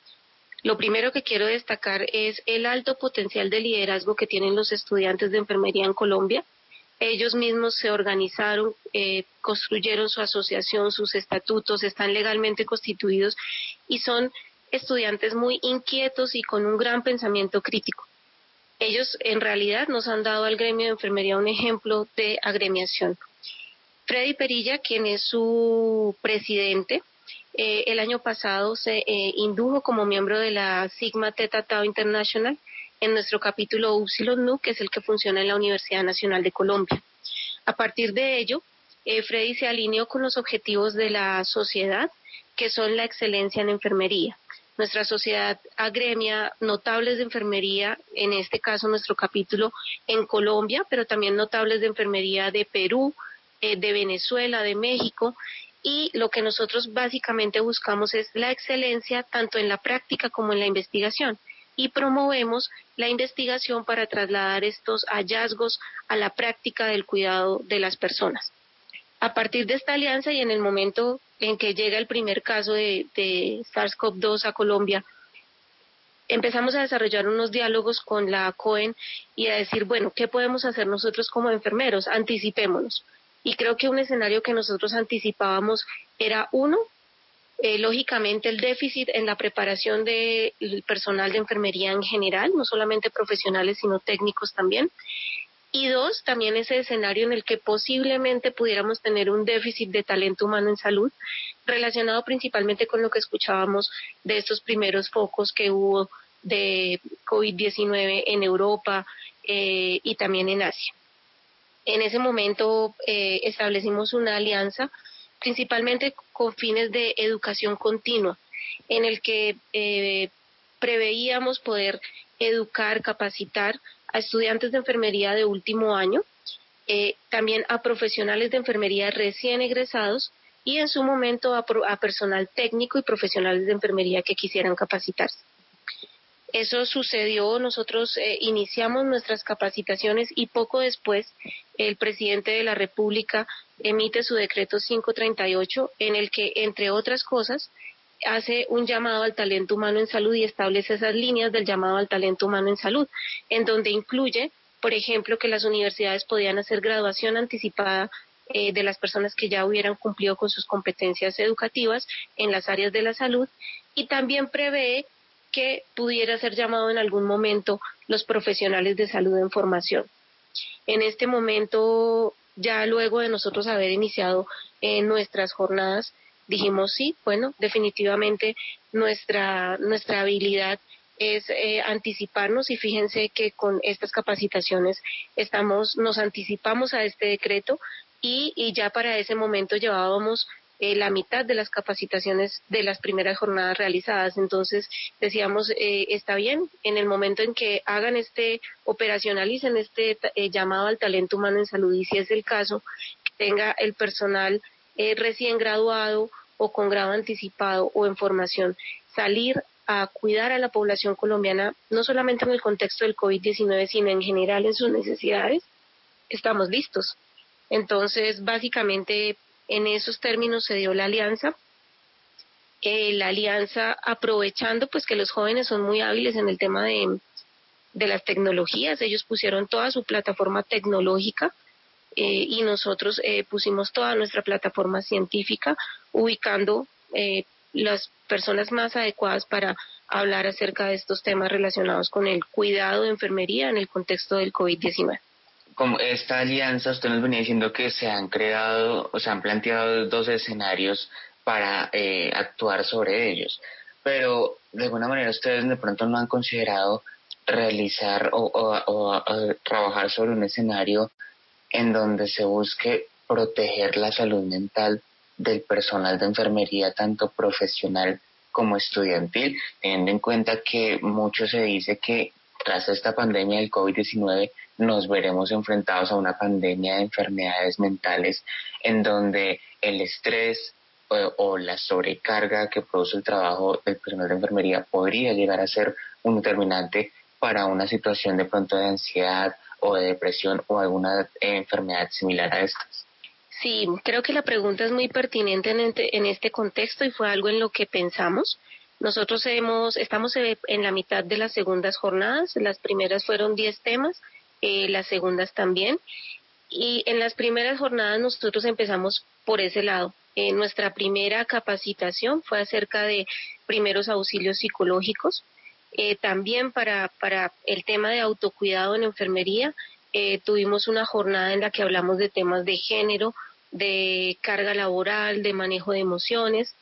Lo primero que quiero destacar es el alto potencial de liderazgo que tienen los estudiantes de enfermería en Colombia. Ellos mismos se organizaron, eh, construyeron su asociación, sus estatutos, están legalmente constituidos y son estudiantes muy inquietos y con un gran pensamiento crítico. Ellos en realidad nos han dado al gremio de enfermería un ejemplo de agremiación. Freddy Perilla, quien es su presidente, eh, el año pasado se eh, indujo como miembro de la Sigma Theta Tau International en nuestro capítulo Upsilon Nu, que es el que funciona en la Universidad Nacional de Colombia. A partir de ello, eh, Freddy se alineó con los objetivos de la sociedad, que son la excelencia en enfermería. Nuestra sociedad agremia notables de enfermería, en este caso nuestro capítulo en Colombia, pero también notables de enfermería de Perú, eh, de Venezuela, de México, y lo que nosotros básicamente buscamos es la excelencia tanto en la práctica como en la investigación. y promovemos la investigación para trasladar estos hallazgos a la práctica del cuidado de las personas. A partir de esta alianza y en el momento en que llega el primer caso de, de SARS-CoV dos a Colombia, empezamos a desarrollar unos diálogos con la COEN y a decir, bueno, ¿qué podemos hacer nosotros como enfermeros? Anticipémonos. Y creo que un escenario que nosotros anticipábamos era uno, eh, lógicamente el déficit en la preparación del personal de enfermería en general, no solamente profesionales, sino técnicos también. Y dos, también ese escenario en el que posiblemente pudiéramos tener un déficit de talento humano en salud, relacionado principalmente con lo que escuchábamos de estos primeros focos que hubo de COVID diecinueve en Europa eh, y también en Asia. En ese momento eh, establecimos una alianza, principalmente con fines de educación continua, en el que eh, preveíamos poder educar, capacitar a estudiantes de enfermería de último año, eh, también a profesionales de enfermería recién egresados y en su momento a, pro, a personal técnico y profesionales de enfermería que quisieran capacitarse. Eso sucedió, nosotros eh, iniciamos nuestras capacitaciones y poco después el presidente de la República emite su decreto quinientos treinta y ocho en el que, entre otras cosas, hace un llamado al talento humano en salud y establece esas líneas del llamado al talento humano en salud, en donde incluye, por ejemplo, que las universidades podían hacer graduación anticipada eh, de las personas que ya hubieran cumplido con sus competencias educativas en las áreas de la salud, y también prevé que pudiera ser llamado en algún momento los profesionales de salud en formación. En este momento, ya luego de nosotros haber iniciado eh, nuestras jornadas, dijimos sí, bueno, definitivamente nuestra, nuestra habilidad es eh, anticiparnos y fíjense que con estas capacitaciones estamos, nos anticipamos a este decreto y, y ya para ese momento llevábamos eh, la mitad de las capacitaciones de las primeras jornadas realizadas. Entonces decíamos, eh, está bien, en el momento en que hagan este, operacionalicen este eh, llamado al talento humano en salud y si es el caso, que tenga el personal Eh, recién graduado o con grado anticipado o en formación, salir a cuidar a la población colombiana, no solamente en el contexto del COVID diecinueve, sino en general en sus necesidades, estamos listos. Entonces, básicamente, en esos términos se dio la alianza. Eh, la alianza aprovechando pues que los jóvenes son muy hábiles en el tema de, de las tecnologías, ellos pusieron toda su plataforma tecnológica, Eh, y nosotros eh, pusimos toda nuestra plataforma científica ubicando eh, las personas más adecuadas para hablar acerca de estos temas relacionados con el cuidado de enfermería en el contexto del COVID diecinueve.
Como esta alianza, usted nos venía diciendo que se han creado o se han planteado dos escenarios para eh, actuar sobre ellos, pero de alguna manera ustedes de pronto no han considerado realizar o, o, o, o trabajar sobre un escenario en donde se busque proteger la salud mental del personal de enfermería, tanto profesional como estudiantil, teniendo en cuenta que mucho se dice que tras esta pandemia del COVID diecinueve nos veremos enfrentados a una pandemia de enfermedades mentales en donde el estrés o, o la sobrecarga que produce el trabajo del personal de enfermería podría llegar a ser un determinante para una situación de pronto de ansiedad o de depresión o alguna enfermedad similar a estas.
Sí, creo que la pregunta es muy pertinente en este, en este contexto y fue algo en lo que pensamos. Nosotros hemos, estamos en la mitad de las segundas jornadas, las primeras fueron diez temas, eh, las segundas también, y en las primeras jornadas nosotros empezamos por ese lado. Eh, nuestra primera capacitación fue acerca de primeros auxilios psicológicos. Eh, también para, para el tema de autocuidado en enfermería, eh, tuvimos una jornada en la que hablamos de temas de género, de carga laboral, de manejo de emociones.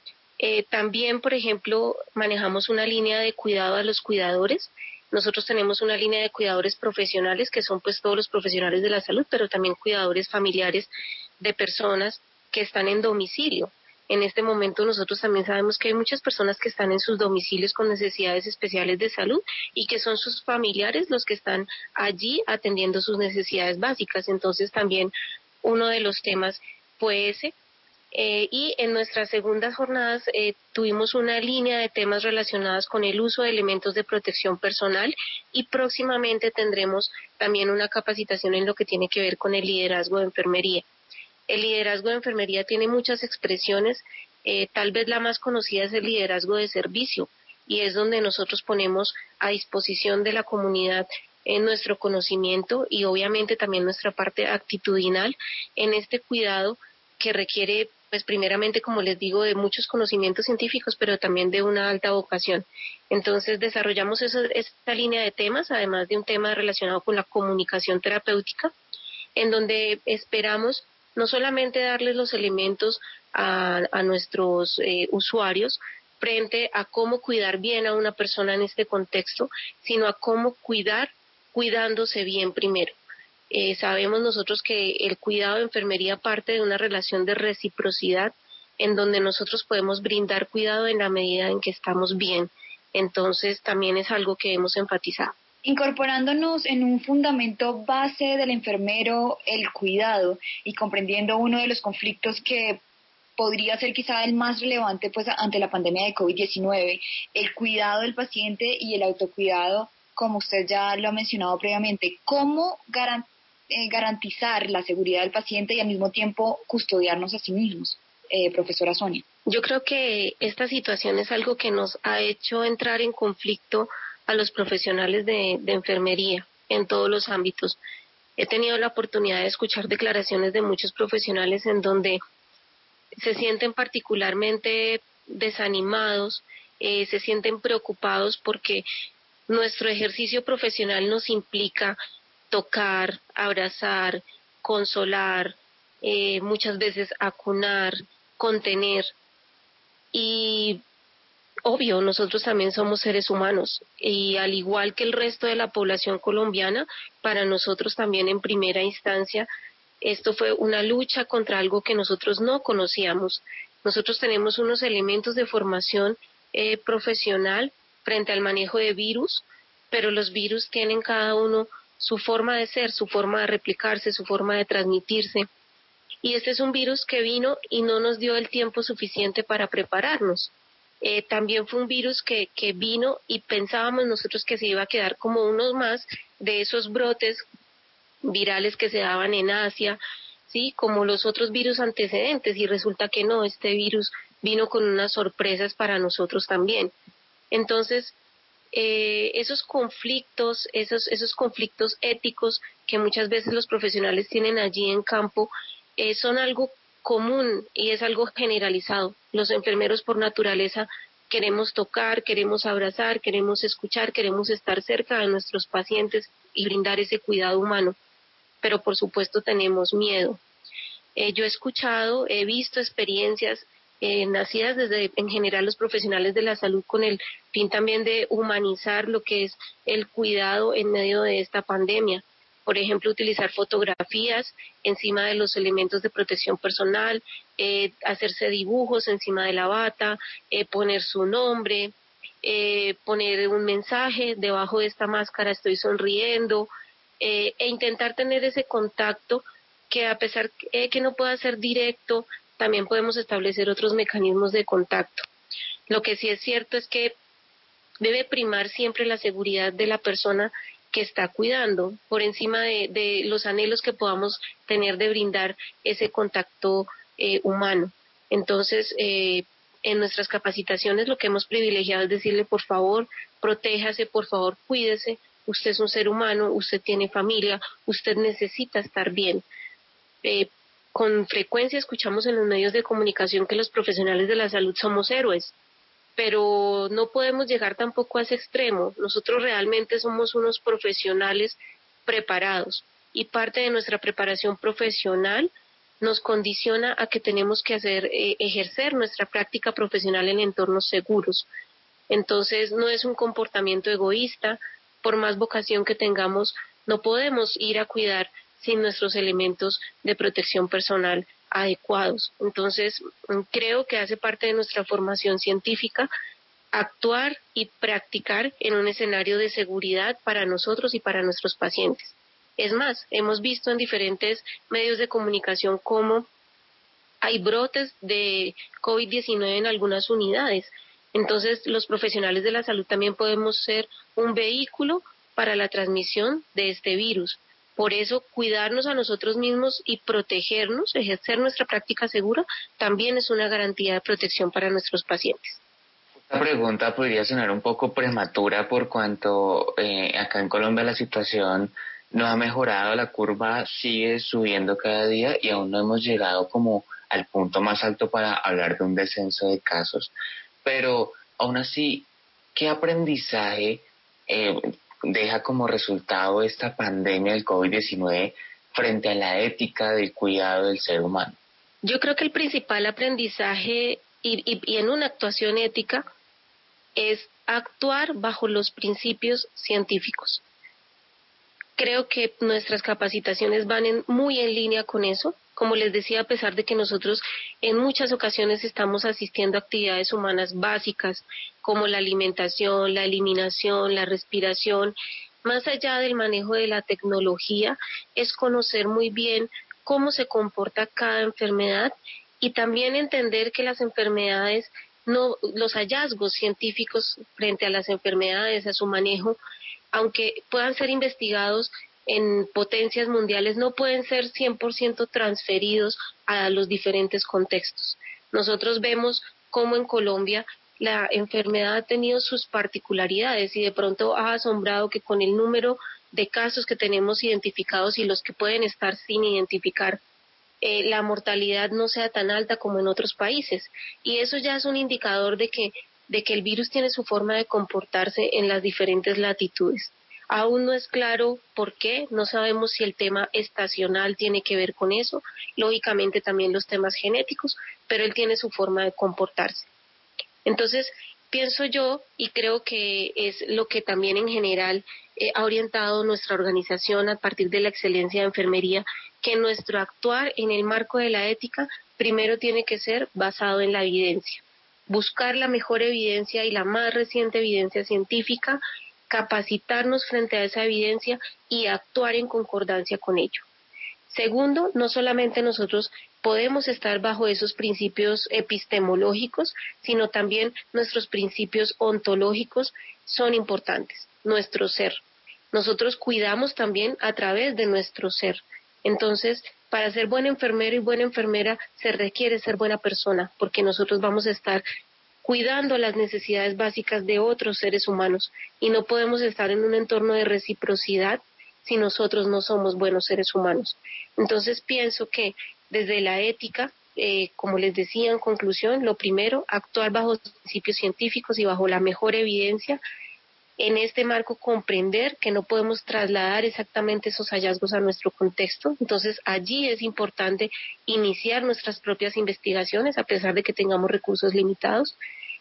Eh, también, por ejemplo, manejamos una línea de cuidado a los cuidadores. Nosotros tenemos una línea de cuidadores profesionales, que son pues todos los profesionales de la salud, pero también cuidadores familiares de personas que están en domicilio. En este momento nosotros también sabemos que hay muchas personas que están en sus domicilios con necesidades especiales de salud y que son sus familiares los que están allí atendiendo sus necesidades básicas. Entonces también uno de los temas fue ese. Eh, y en nuestras segundas jornadas eh, tuvimos una línea de temas relacionados con el uso de elementos de protección personal y próximamente tendremos también una capacitación en lo que tiene que ver con el liderazgo de enfermería. El liderazgo de enfermería tiene muchas expresiones, eh, tal vez la más conocida es el liderazgo de servicio y es donde nosotros ponemos a disposición de la comunidad en nuestro conocimiento y obviamente también nuestra parte actitudinal en este cuidado que requiere, pues primeramente, como les digo, de muchos conocimientos científicos, pero también de una alta vocación. Entonces desarrollamos eso, esta línea de temas, además de un tema relacionado con la comunicación terapéutica, en donde esperamos no solamente darles los elementos a, a nuestros eh, usuarios frente a cómo cuidar bien a una persona en este contexto, sino a cómo cuidar cuidándose bien primero. Eh, sabemos nosotros que el cuidado de enfermería parte de una relación de reciprocidad en donde nosotros podemos brindar cuidado en la medida en que estamos bien. Entonces también es algo que hemos enfatizado.
Incorporándonos en un fundamento base del enfermero, el cuidado, y comprendiendo uno de los conflictos que podría ser quizá el más relevante pues ante la pandemia de COVID diecinueve, el cuidado del paciente y el autocuidado, como usted ya lo ha mencionado previamente. ¿Cómo garantizar Eh, garantizar la seguridad del paciente y al mismo tiempo custodiarnos a sí mismos, eh, profesora Sonia?
Yo creo que esta situación es algo que nos ha hecho entrar en conflicto a los profesionales de, de enfermería en todos los ámbitos. He tenido la oportunidad de escuchar declaraciones de muchos profesionales en donde se sienten particularmente desanimados, eh, se sienten preocupados porque nuestro ejercicio profesional nos implica tocar, abrazar, consolar, eh, muchas veces acunar, contener. Y obvio, nosotros también somos seres humanos y al igual que el resto de la población colombiana, para nosotros también en primera instancia, esto fue una lucha contra algo que nosotros no conocíamos. Nosotros tenemos unos elementos de formación eh, profesional frente al manejo de virus, pero los virus tienen cada uno su forma de ser, su forma de replicarse, su forma de transmitirse. Y este es un virus que vino y no nos dio el tiempo suficiente para prepararnos. Eh, también fue un virus que, que vino y pensábamos nosotros que se iba a quedar como unos más de esos brotes virales que se daban en Asia, ¿sí? Como los otros virus antecedentes, y resulta que no, este virus vino con unas sorpresas para nosotros también. Entonces, Eh, esos conflictos, esos, esos conflictos éticos que muchas veces los profesionales tienen allí en campo, eh, son algo común y es algo generalizado. Los enfermeros por naturaleza queremos tocar, queremos abrazar, queremos escuchar, queremos estar cerca de nuestros pacientes y brindar ese cuidado humano, pero por supuesto tenemos miedo. Eh, yo he escuchado, he visto experiencias Eh, nacidas desde en general los profesionales de la salud con el fin también de humanizar lo que es el cuidado en medio de esta pandemia. Por ejemplo, utilizar fotografías encima de los elementos de protección personal, eh, hacerse dibujos encima de la bata, eh, poner su nombre, eh, poner un mensaje debajo de esta máscara, estoy sonriendo, eh, e intentar tener ese contacto que a pesar eh, que no pueda ser directo, también podemos establecer otros mecanismos de contacto. Lo que sí es cierto es que debe primar siempre la seguridad de la persona que está cuidando, por encima de, de los anhelos que podamos tener de brindar ese contacto eh, humano. Entonces, eh, en nuestras capacitaciones lo que hemos privilegiado es decirle, por favor, protéjase, por favor, cuídese, usted es un ser humano, usted tiene familia, usted necesita estar bien. Eh, Con frecuencia escuchamos en los medios de comunicación que los profesionales de la salud somos héroes, pero no podemos llegar tampoco a ese extremo. Nosotros realmente somos unos profesionales preparados y parte de nuestra preparación profesional nos condiciona a que tenemos que hacer eh, ejercer nuestra práctica profesional en entornos seguros. Entonces no es un comportamiento egoísta, por más vocación que tengamos, no podemos ir a cuidar sin nuestros elementos de protección personal adecuados. Entonces, creo que hace parte de nuestra formación científica actuar y practicar en un escenario de seguridad para nosotros y para nuestros pacientes. Es más, hemos visto en diferentes medios de comunicación cómo hay brotes de COVID diecinueve en algunas unidades. Entonces, los profesionales de la salud también podemos ser un vehículo para la transmisión de este virus. Por eso, cuidarnos a nosotros mismos y protegernos, ejercer nuestra práctica segura, también es una garantía de protección para nuestros pacientes.
Esta pregunta podría sonar un poco prematura por cuanto eh, acá en Colombia la situación no ha mejorado, la curva sigue subiendo cada día y aún no hemos llegado como al punto más alto para hablar de un descenso de casos. Pero aún así, ¿qué aprendizaje eh, deja como resultado esta pandemia del COVID diecinueve frente a la ética del cuidado del ser humano?
Yo creo que el principal aprendizaje y, y, y en una actuación ética es actuar bajo los principios científicos. Creo que nuestras capacitaciones van en, muy en línea con eso. Como les decía, a pesar de que nosotros en muchas ocasiones estamos asistiendo a actividades humanas básicas, como la alimentación, la eliminación, la respiración, más allá del manejo de la tecnología, es conocer muy bien cómo se comporta cada enfermedad y también entender que las enfermedades, no, los hallazgos científicos frente a las enfermedades, a su manejo, aunque puedan ser investigados en potencias mundiales, no pueden ser cien por ciento transferidos a los diferentes contextos. Nosotros vemos cómo en Colombia la enfermedad ha tenido sus particularidades y de pronto ha asombrado que con el número de casos que tenemos identificados y los que pueden estar sin identificar, eh, la mortalidad no sea tan alta como en otros países. Y eso ya es un indicador de que, de que el virus tiene su forma de comportarse en las diferentes latitudes. Aún no es claro por qué, no sabemos si el tema estacional tiene que ver con eso, lógicamente también los temas genéticos, pero él tiene su forma de comportarse. Entonces, pienso yo, y creo que es lo que también en general eh, ha orientado nuestra organización a partir de la excelencia de enfermería, que nuestro actuar en el marco de la ética primero tiene que ser basado en la evidencia. Buscar la mejor evidencia y la más reciente evidencia científica, capacitarnos frente a esa evidencia y actuar en concordancia con ello. Segundo, no solamente nosotros podemos estar bajo esos principios epistemológicos, sino también nuestros principios ontológicos son importantes, nuestro ser. Nosotros cuidamos también a través de nuestro ser. Entonces, para ser buen enfermero y buena enfermera se requiere ser buena persona, porque nosotros vamos a estar cuidando las necesidades básicas de otros seres humanos y no podemos estar en un entorno de reciprocidad si nosotros no somos buenos seres humanos. Entonces pienso que desde la ética, eh, como les decía en conclusión, lo primero, actuar bajo principios científicos y bajo la mejor evidencia. En este marco comprender que no podemos trasladar exactamente esos hallazgos a nuestro contexto. Entonces allí es importante iniciar nuestras propias investigaciones a pesar de que tengamos recursos limitados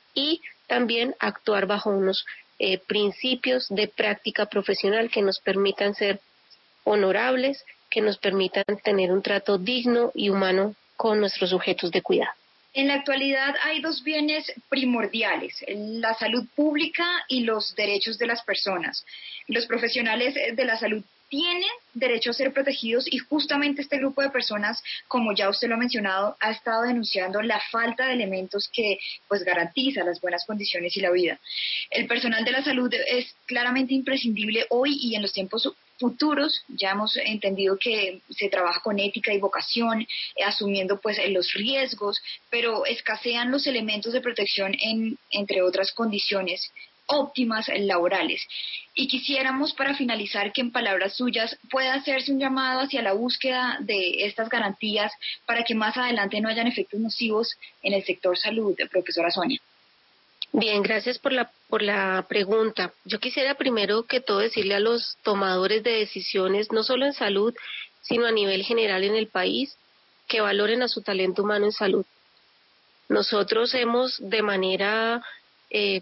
y también actuar bajo unos eh, principios de práctica profesional que nos permitan ser honorables, que nos permitan tener un trato digno y humano con nuestros sujetos de cuidado.
En la actualidad hay dos bienes primordiales, la salud pública y los derechos de las personas. Los profesionales de la salud tienen derecho a ser protegidos y justamente este grupo de personas, como ya usted lo ha mencionado, ha estado denunciando la falta de elementos que pues garantiza las buenas condiciones y la vida. El personal de la salud es claramente imprescindible hoy y en los tiempos futuros. Ya hemos entendido que se trabaja con ética y vocación, eh, asumiendo pues los riesgos, pero escasean los elementos de protección en, entre otras condiciones óptimas laborales. Y quisiéramos, para finalizar, que en palabras suyas pueda hacerse un llamado hacia la búsqueda de estas garantías para que más adelante no hayan efectos nocivos en el sector salud, profesora Sonia.
Bien, gracias por la, por la pregunta. Yo quisiera primero que todo decirle a los tomadores de decisiones, no solo en salud, sino a nivel general en el país, que valoren a su talento humano en salud. Nosotros hemos de manera eh,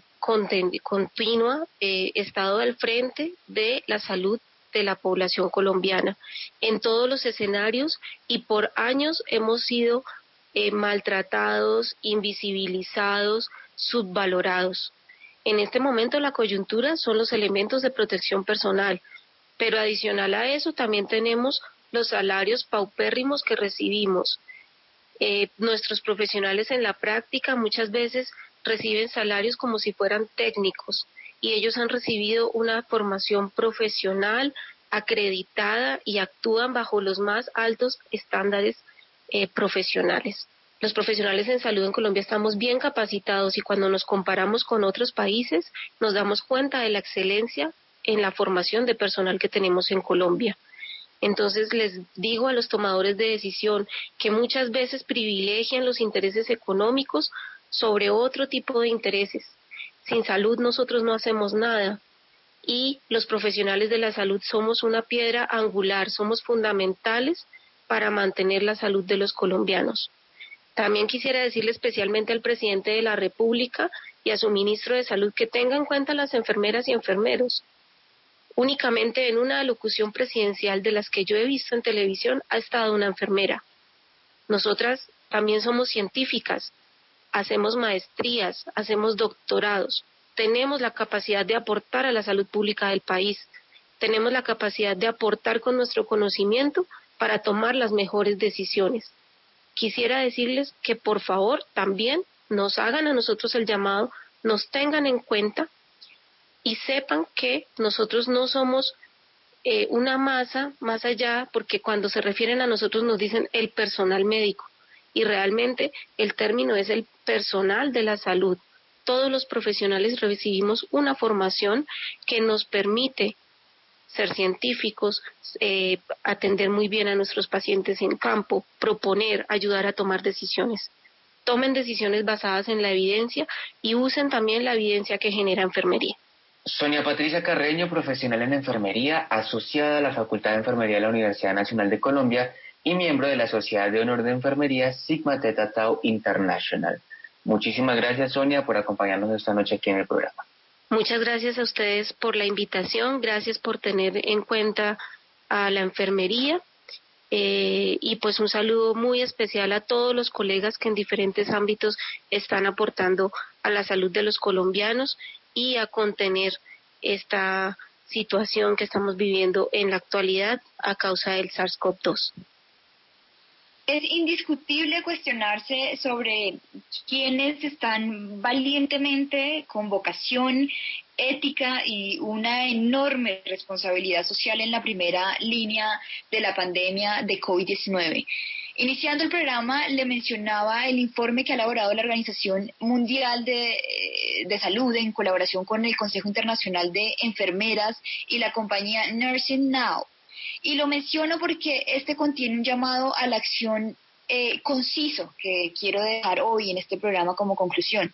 continua eh, estado al frente de la salud de la población colombiana en todos los escenarios y por años hemos sido eh, maltratados, invisibilizados, subvalorados. En este momento la coyuntura son los elementos de protección personal, pero adicional a eso también tenemos los salarios paupérrimos que recibimos. Eh, nuestros profesionales en la práctica muchas veces reciben salarios como si fueran técnicos y ellos han recibido una formación profesional acreditada y actúan bajo los más altos estándares eh, profesionales. Los profesionales en salud en Colombia estamos bien capacitados y cuando nos comparamos con otros países nos damos cuenta de la excelencia en la formación de personal que tenemos en Colombia. Entonces les digo a los tomadores de decisión que muchas veces privilegian los intereses económicos sobre otro tipo de intereses. Sin salud nosotros no hacemos nada y los profesionales de la salud somos una piedra angular, somos fundamentales para mantener la salud de los colombianos. También quisiera decirle especialmente al presidente de la República y a su ministro de Salud que tenga en cuenta a las enfermeras y enfermeros. Únicamente en una alocución presidencial de las que yo he visto en televisión ha estado una enfermera. Nosotras también somos científicas, hacemos maestrías, hacemos doctorados, tenemos la capacidad de aportar a la salud pública del país, tenemos la capacidad de aportar con nuestro conocimiento para tomar las mejores decisiones. Quisiera decirles que por favor también nos hagan a nosotros el llamado, nos tengan en cuenta y sepan que nosotros no somos eh, una masa más allá, porque cuando se refieren a nosotros nos dicen el personal médico y realmente el término es el personal de la salud. Todos los profesionales recibimos una formación que nos permite ser científicos, eh, atender muy bien a nuestros pacientes en campo, proponer, ayudar a tomar decisiones. Tomen decisiones basadas en la evidencia y usen también la evidencia que genera enfermería.
Sonia Patricia Carreño, profesional en enfermería, asociada a la Facultad de Enfermería de la Universidad Nacional de Colombia y miembro de la Sociedad de Honor de Enfermería Sigma Theta Tau International. Muchísimas gracias, Sonia, por acompañarnos esta noche aquí en el programa.
Muchas gracias a ustedes por la invitación, gracias por tener en cuenta a la enfermería eh, y pues un saludo muy especial a todos los colegas que en diferentes ámbitos están aportando a la salud de los colombianos y a contener esta situación que estamos viviendo en la actualidad a causa del SARS-CoV dos.
Es indiscutible cuestionarse sobre quienes están valientemente con vocación, ética y una enorme responsabilidad social en la primera línea de la pandemia de COVID diecinueve. Iniciando el programa, le mencionaba el informe que ha elaborado la Organización Mundial de, de Salud en colaboración con el Consejo Internacional de Enfermeras y la compañía Nursing Now. Y lo menciono porque este contiene un llamado a la acción eh, conciso que quiero dejar hoy en este programa como conclusión.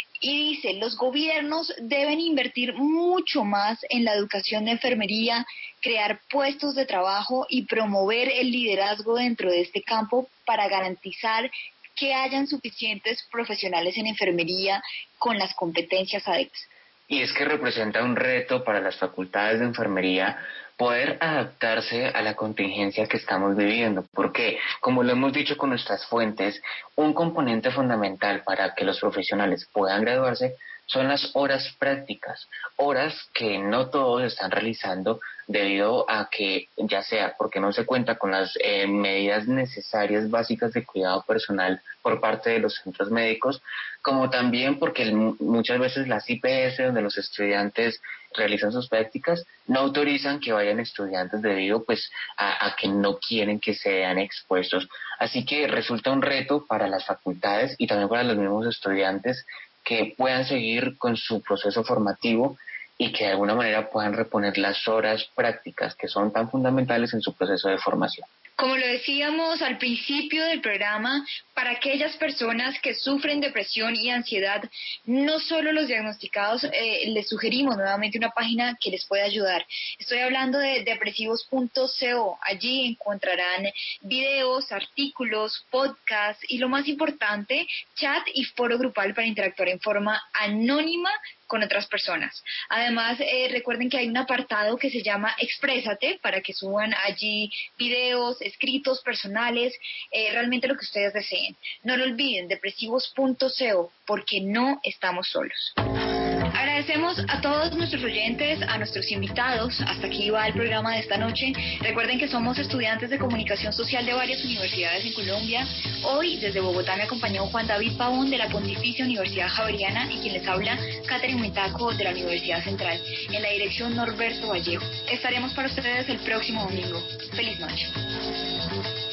Y dice, los gobiernos deben invertir mucho más en la educación de enfermería, crear puestos de trabajo y promover el liderazgo dentro de este campo para garantizar que hayan suficientes profesionales en enfermería con las competencias adecuadas.
Y es que representa un reto para las facultades de enfermería poder adaptarse a la contingencia que estamos viviendo, porque, como lo hemos dicho con nuestras fuentes, un componente fundamental para que los profesionales puedan graduarse son las horas prácticas, horas que no todos están realizando debido a que, ya sea porque no se cuenta con las eh, medidas necesarias básicas de cuidado personal por parte de los centros médicos, como también porque el, muchas veces las I P S donde los estudiantes realizan sus prácticas no autorizan que vayan estudiantes debido pues a, a que no quieren que sean expuestos. Así que resulta un reto para las facultades y también para los mismos estudiantes que puedan seguir con su proceso formativo y que de alguna manera puedan reponer las horas prácticas que son tan fundamentales en su proceso de formación.
Como lo decíamos al principio del programa, para aquellas personas que sufren depresión y ansiedad, no solo los diagnosticados, eh, les sugerimos nuevamente una página que les puede ayudar. Estoy hablando de depresivos punto co. Allí encontrarán videos, artículos, podcasts y lo más importante, chat y foro grupal para interactuar en forma anónima con otras personas. Además, eh, recuerden que hay un apartado que se llama Exprésate para que suban allí videos, escritos personales, eh, realmente lo que ustedes deseen. No lo olviden, depresivos punto co, porque no estamos solos. Agradecemos a todos nuestros oyentes, a nuestros invitados. Hasta aquí va el programa de esta noche. Recuerden que somos estudiantes de comunicación social de varias universidades en Colombia. Hoy desde Bogotá me acompañó Juan David Pavón de la Pontificia Universidad Javeriana y quien les habla, Catherine Huitaco de la Universidad Central. En la dirección Norberto Vallejo. Estaremos para ustedes el próximo domingo. Feliz noche.